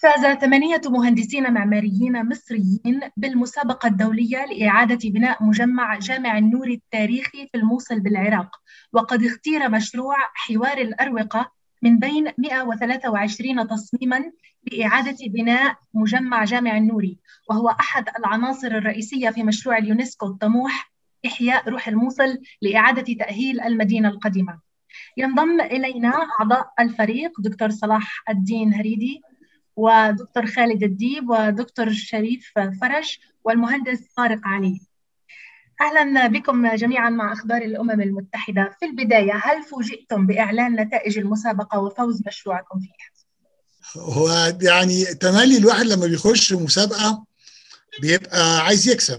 فاز 8 مهندسين معماريين مصريين بالمسابقة الدولية لإعادة بناء مجمع جامع النور التاريخي في الموصل بالعراق، وقد اختير مشروع حوار الأروقة من بين 123 تصميماً لإعادة بناء مجمع جامع النوري، وهو أحد العناصر الرئيسية في مشروع اليونسكو الطموح إحياء روح الموصل لإعادة تأهيل المدينة القديمة. ينضم إلينا أعضاء الفريق دكتور صلاح الدين هريدي، ودكتور خالد الديب، ودكتور شريف فرج، والمهندس طارق علي. أهلا بكم جميعا مع أخبار الأمم المتحدة. في البداية، هل فوجئتم بإعلان نتائج المسابقة وفوز مشروعكم فيها؟ هو يعني تملي الواحد لما بيخش مسابقة بيبقى عايز يكسب،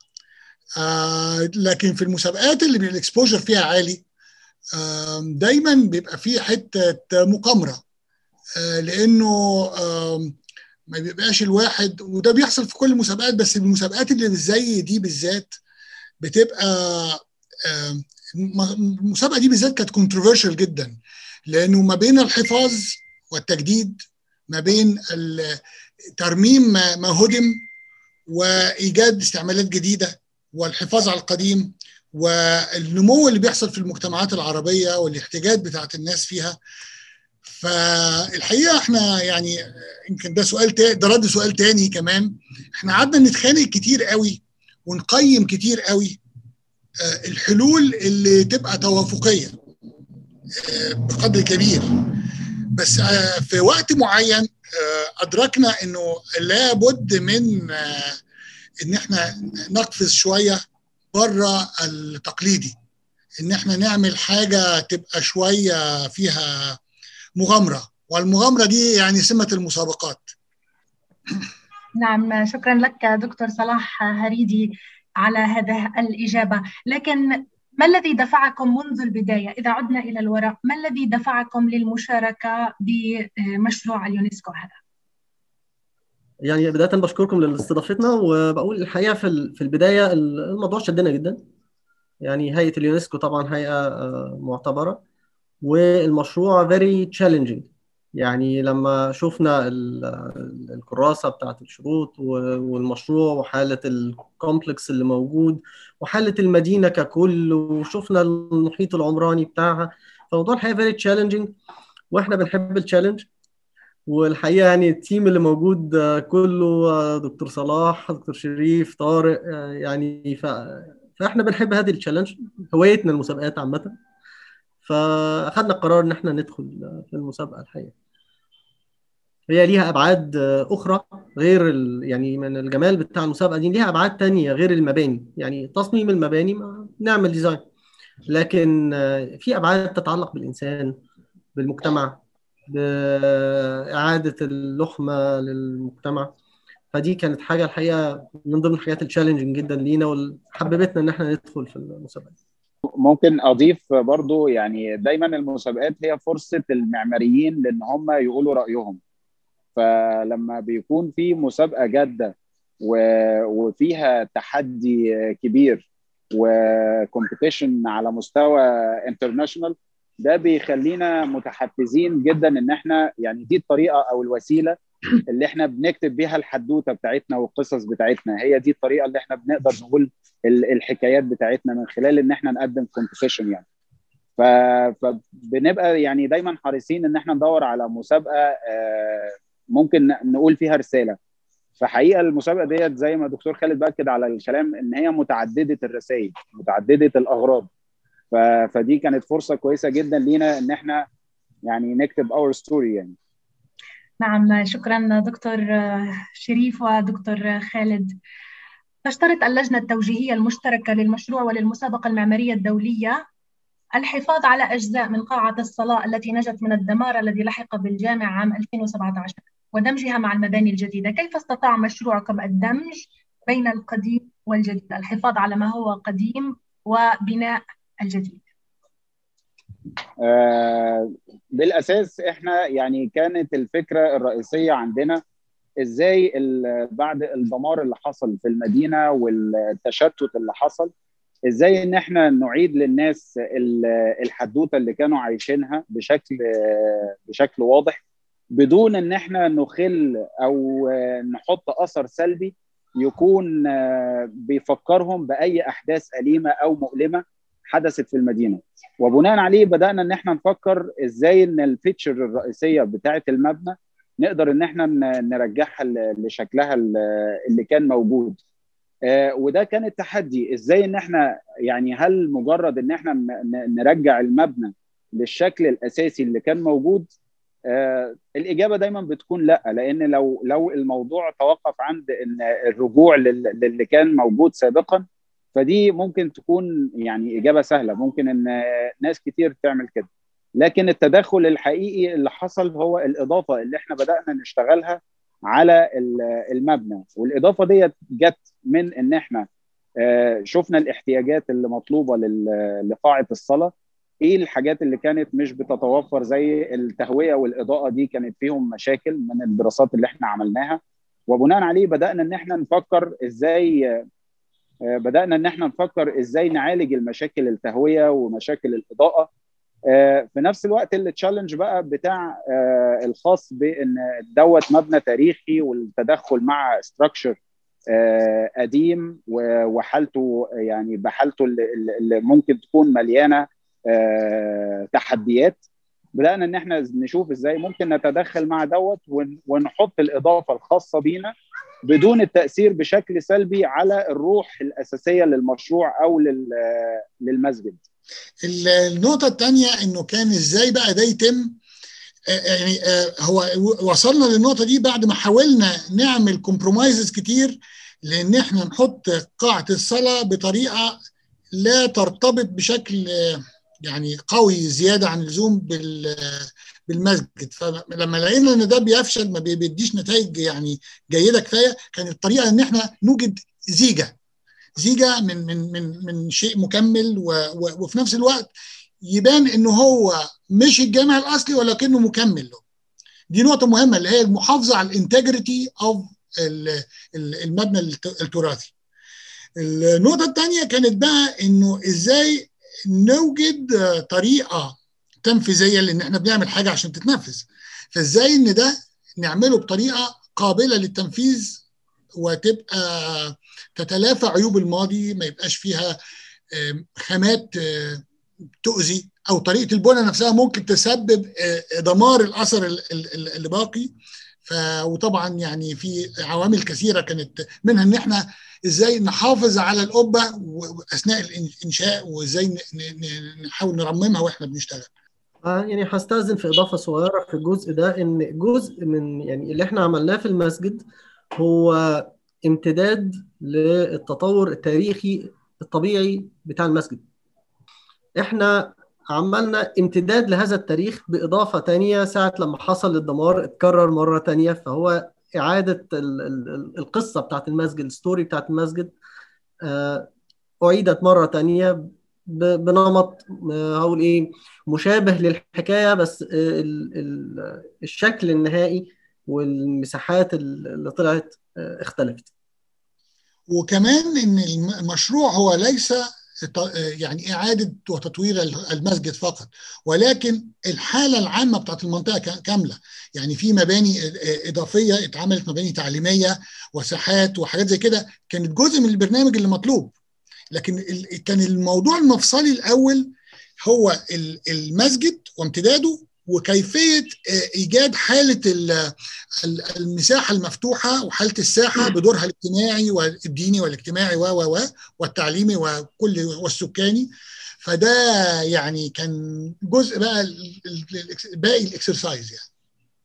لكن في المسابقات اللي الاكسبوجر فيها عالي دايما بيبقى فيه حتة مقامرة، لأنه ما بيبقاش الواحد، وده بيحصل في كل المسابقات، بس المسابقات اللي زي دي بالذات بتبقى المسابقة دي بالذات كانت كونتروفيرشال جدا، لأنه ما بين الحفاظ والتجديد، ما بين ترميم ما هدم وإيجاد استعمالات جديدة والحفاظ على القديم، والنمو اللي بيحصل في المجتمعات العربية والاحتياجات بتاعت الناس فيها. فالحقيقة احنا يعني يمكن ده سؤال ده رد سؤال تاني كمان. احنا قعدنا نتخانق كتير قوي ونقيم كتير قوي الحلول اللي تبقى توافقية بقدر كبير، بس في وقت معين أدركنا إنه لابد من إن إحنا نقفز شوية بره التقليدي، إن إحنا نعمل حاجة تبقى شوية فيها مغامرة، والمغامرة دي يعني سمة المسابقات. نعم، شكرا لك دكتور صلاح هريدي على هذه الإجابة. لكن ما الذي دفعكم منذ البداية، إذا عدنا إلى الوراء، ما الذي دفعكم للمشاركة بمشروع اليونسكو هذا؟ يعني بداية بشكركم لاستضافتنا، وبقول الحقيقة في البداية الموضوع شدنا جدا. يعني هيئة اليونسكو طبعا هيئة معتبرة، والمشروع very challenging. يعني لما شفنا الكراسة بتاعت الشروط والمشروع وحالة الكومبلكس اللي موجود وحالة المدينة ككل، وشفنا المحيط العمراني بتاعها، فالموضوع الحقيقة very challenging، واحنا بنحب التشالنج. والحقيقة يعني التيم اللي موجود كله دكتور صلاح، دكتور شريف، طارق، يعني فاحنا بنحب هذه التشالنج، هوايتنا المسابقات عامة. فأخذنا القرار إن احنا ندخل في المسابقة. الحقيقة هي ليها أبعاد أخرى غير يعني من الجمال بتاع المسابقة دي، ليها أبعاد تانية غير المباني. يعني تصميم المباني ما نعمل ديزاين، لكن في أبعاد تتعلق بالإنسان، بالمجتمع، بإعادة اللحمة للمجتمع. فدي كانت حاجة الحقيقة من ضمن الحاجات التشالنجينج جدا لينا، وحببتنا إن احنا ندخل في المسابقة. ممكن أضيف برضو، يعني دايما المسابقات هي فرصة المعماريين لأن هم يقولوا رأيهم. فلما بيكون في مسابقة جادة وفيها تحدي كبير وكومبيتيشن على مستوى انترناشونال، ده بيخلينا متحفزين جدا ان احنا يعني دي الطريقة او الوسيلة اللي احنا بنكتب بيها الحدوتة بتاعتنا والقصص بتاعتنا. هي دي الطريقة اللي احنا بنقدر نقول الحكايات بتاعتنا من خلال ان احنا نقدم كومبيتيشن يعني. فبنبقى يعني دايما حريصين ان احنا ندور على مسابقة ممكن نقول فيها رسالة. فحقيقة المسابقة ديت زي ما دكتور خالد بأكد على الكلام ان هي متعددة الرسائل، متعددة الأغراض. فدي كانت فرصة كويسة جدا لينا ان احنا يعني نكتب اور ستوري يعني. نعم، شكرا دكتور شريف ودكتور خالد. تشترط اللجنة التوجيهية المشتركة للمشروع وللمسابقة المعمارية الدولية الحفاظ على أجزاء من قاعة الصلاة التي نجت من الدمار الذي لحق بالجامع عام 2017 ودمجها مع المباني الجديدة. كيف استطاع مشروعكم الدمج بين القديم والجديد، الحفاظ على ما هو قديم وبناء الجديد؟ بالأساس احنا يعني كانت الفكرة الرئيسية عندنا ازاي بعد الدمار اللي حصل في المدينة والتشتت اللي حصل، ازاي ان احنا نعيد للناس الحدوته اللي كانوا عايشينها بشكل واضح، بدون ان احنا نخل او نحط اثر سلبي يكون بيفكرهم باي احداث اليمه او مؤلمه حدثت في المدينه. وبناء عليه بدانا ان احنا نفكر ازاي ان الفيتشر الرئيسيه بتاعه المبنى نقدر ان احنا نرجعها لشكلها اللي كان موجود. وده كان التحدي، ازاي ان احنا يعني هل مجرد ان احنا نرجع المبنى للشكل الاساسي اللي كان موجود؟ الاجابه دايما بتكون لا، لان لو الموضوع توقف عند ان الرجوع للي كان موجود سابقا، فدي ممكن تكون يعني اجابه سهله، ممكن ان ناس كتير تعمل كده. لكن التدخل الحقيقي اللي حصل هو الاضافه اللي احنا بدانا نشتغلها على المبنى. والاضافه دي جت من ان احنا شفنا الاحتياجات اللي مطلوبه لقاعه الصلاه، ايه الحاجات اللي كانت مش بتتوفر زي التهويه والاضاءه، دي كانت فيهم مشاكل من الدراسات اللي احنا عملناها. وبناء عليه بدانا ان احنا نفكر ازاي نعالج المشاكل التهويه ومشاكل الاضاءه. في نفس الوقت التشالنج بقى بتاع الخاص بان دوت مبنى تاريخي والتدخل مع ستراكشر قديم وحالته يعني بحالته اللي ممكن تكون مليانه تحديات. بدأنا ان احنا نشوف ازاي ممكن نتدخل مع دوت ونحط الاضافه الخاصه بينا بدون التأثير بشكل سلبي على الروح الأساسية للمشروع أو للمسجد. النقطة الثانية انه كان ازاي بقى ده يتم. يعني هو وصلنا للنقطة دي بعد ما حاولنا نعمل كومبرومايزز كتير، لان احنا نحط قاعة الصلاة بطريقة لا ترتبط بشكل يعني قوي زيادة عن اللزوم بالمسجد. فلما لقينا ان ده بيفشل، ما بيديش نتائج يعني جيدة كفاية، كانت الطريقة ان احنا نوجد زيجة من شيء مكمل وفي نفس الوقت يبان انه هو مش الجامع الاصلي ولكنه مكمل له. دي نقطه مهمه اللي هي المحافظه على الانتجريتي اوف المبنى التراثي. النقطه الثانيه كانت بقى انه ازاي نوجد طريقه تنفيذيه، لان احنا بنعمل حاجه عشان تتنفذ، فازاي ان ده نعمله بطريقه قابله للتنفيذ وتبقى تتلافى عيوب الماضي، ما يبقاش فيها خامات تؤذي، او طريقه البناء نفسها ممكن تسبب دمار الاثر اللي باقي. وطبعا يعني في عوامل كثيره كانت منها ان احنا ازاي نحافظ على القبه اثناء الانشاء، وازاي نحاول نرممها واحنا بنشتغل. يعني هستأذن في إضافة صغيرة في الجزء ده، إن جزء من يعني اللي إحنا عملناه في المسجد هو امتداد للتطور التاريخي الطبيعي بتاع المسجد. إحنا عملنا امتداد لهذا التاريخ بإضافة تانية، ساعة لما حصل الدمار اتكرر مرة تانية، فهو إعادة القصة بتاعت المسجد، الستوري بتاعت المسجد أعيدت مرة تانية بنمط هقول إيه مشابه للحكاية، بس الشكل النهائي والمساحات اللي طلعت اختلفت. وكمان ان المشروع هو ليس يعني إعادة وتطوير المسجد فقط، ولكن الحالة العامة بتاعت المنطقة كاملة. يعني في مباني إضافية اتعملت، مباني تعليمية وساحات وحاجات زي كده، كانت جزء من البرنامج اللي مطلوب. لكن كان الموضوع المفصلي الأول هو المسجد وامتداده وكيفية إيجاد حالة المساحة المفتوحة وحالة الساحة بدورها الاجتماعي والديني والاجتماعي والتعليمي والسكاني. فده يعني كان جزء بقى باقي الاكسرسايز يعني.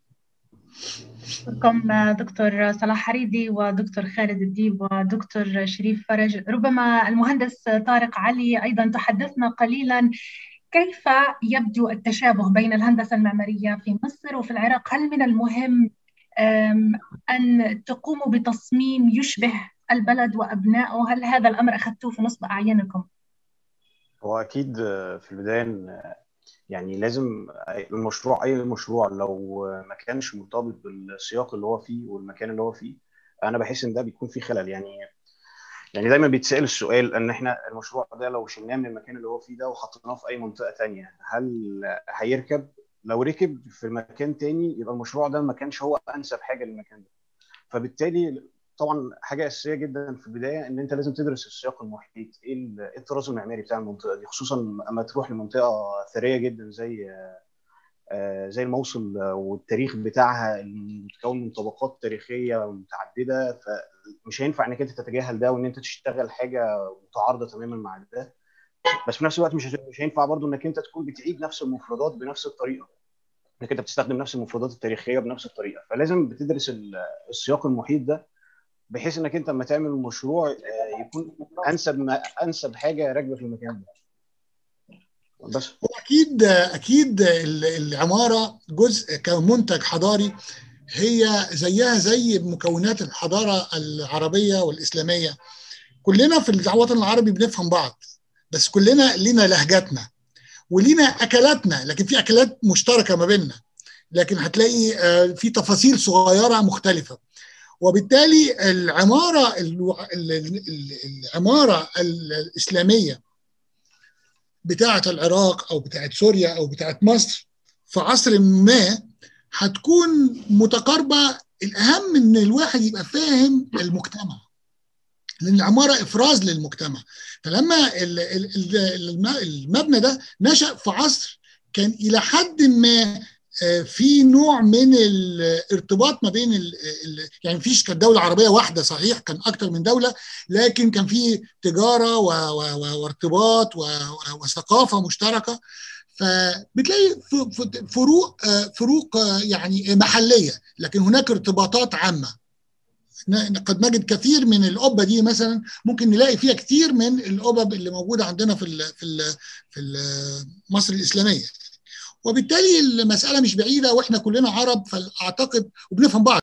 أشكركم دكتور صلاح حريدي ودكتور خالد الديب ودكتور شريف فرج. ربما المهندس طارق علي أيضا تحدثنا قليلا كيف يبدو التشابه بين الهندسة المعمارية في مصر وفي العراق. هل من المهم أن تقوموا بتصميم يشبه البلد وأبنائه؟ هل هذا الأمر أخذتوه في نصب أعينكم؟ هو أكيد في البداية يعني لازم المشروع، أي مشروع لو ما كانش مرتبط بالسياق اللي هو فيه والمكان اللي هو فيه، أنا بحس إن ده بيكون فيه خلل. يعني دايما بيتسأل السؤال ان احنا المشروع ده لو شلناه من المكان اللي هو فيه ده وحطيناه في اي منطقة تانية، هل هيركب؟ لو ركب في مكان تاني يبقى المشروع ده ما كانش هو انسب حاجه للمكان ده. فبالتالي طبعا حاجه اساسيه جدا في البدايه ان انت لازم تدرس السياق المحيط، ايه الطراز المعماري بتاع المنطقه دي، خصوصا اما تروح لمنطقه ثريه جدا زي الموصل، والتاريخ بتاعها المتكون من طبقات تاريخيه متعدده. فمش هينفع انك انت تتجاهل ده وان انت تشتغل حاجه متعارضه تماما مع ده، بس في نفس الوقت مش هينفع برضو انك انت تكون بتعيد نفس المفردات بنفس الطريقه، انك انت بتستخدم نفس المفردات التاريخيه بنفس الطريقه. فلازم بتدرس السياق المحيط ده، بحيث انك انت لما تعمل المشروع يكون انسب حاجه راكبه في المكان ده. بس اكيد العماره جزء كمنتج حضاري، هي زيها زي مكونات الحضاره العربيه والاسلاميه. كلنا في الوطن العربي بنفهم بعض، بس كلنا لينا لهجاتنا ولينا اكلاتنا، لكن في اكلات مشتركه ما بيننا، لكن هتلاقي في تفاصيل صغيره مختلفه. وبالتالي العماره الاسلاميه بتاعه العراق او بتاعه سوريا او بتاعه مصر في عصر ما هتكون متقاربه. الاهم ان الواحد يبقى فاهم المجتمع، لان العماره افراز للمجتمع. فلما المبنى ده نشأ في عصر كان الى حد ما في نوع من الارتباط ما بين يعني مفيش، كانت دوله عربيه واحده صحيح، كان اكتر من دوله، لكن كان في تجاره وارتباط وثقافه مشتركه. فبتلاقي فروق يعني محليه، لكن هناك ارتباطات عامه. قد نجد كثير من القبه دي مثلا ممكن نلاقي فيها كثير من القبب اللي موجوده عندنا في مصر الاسلاميه. وبالتالي المساله مش بعيده، واحنا كلنا عرب، فاعتقد وبنفهم بعض.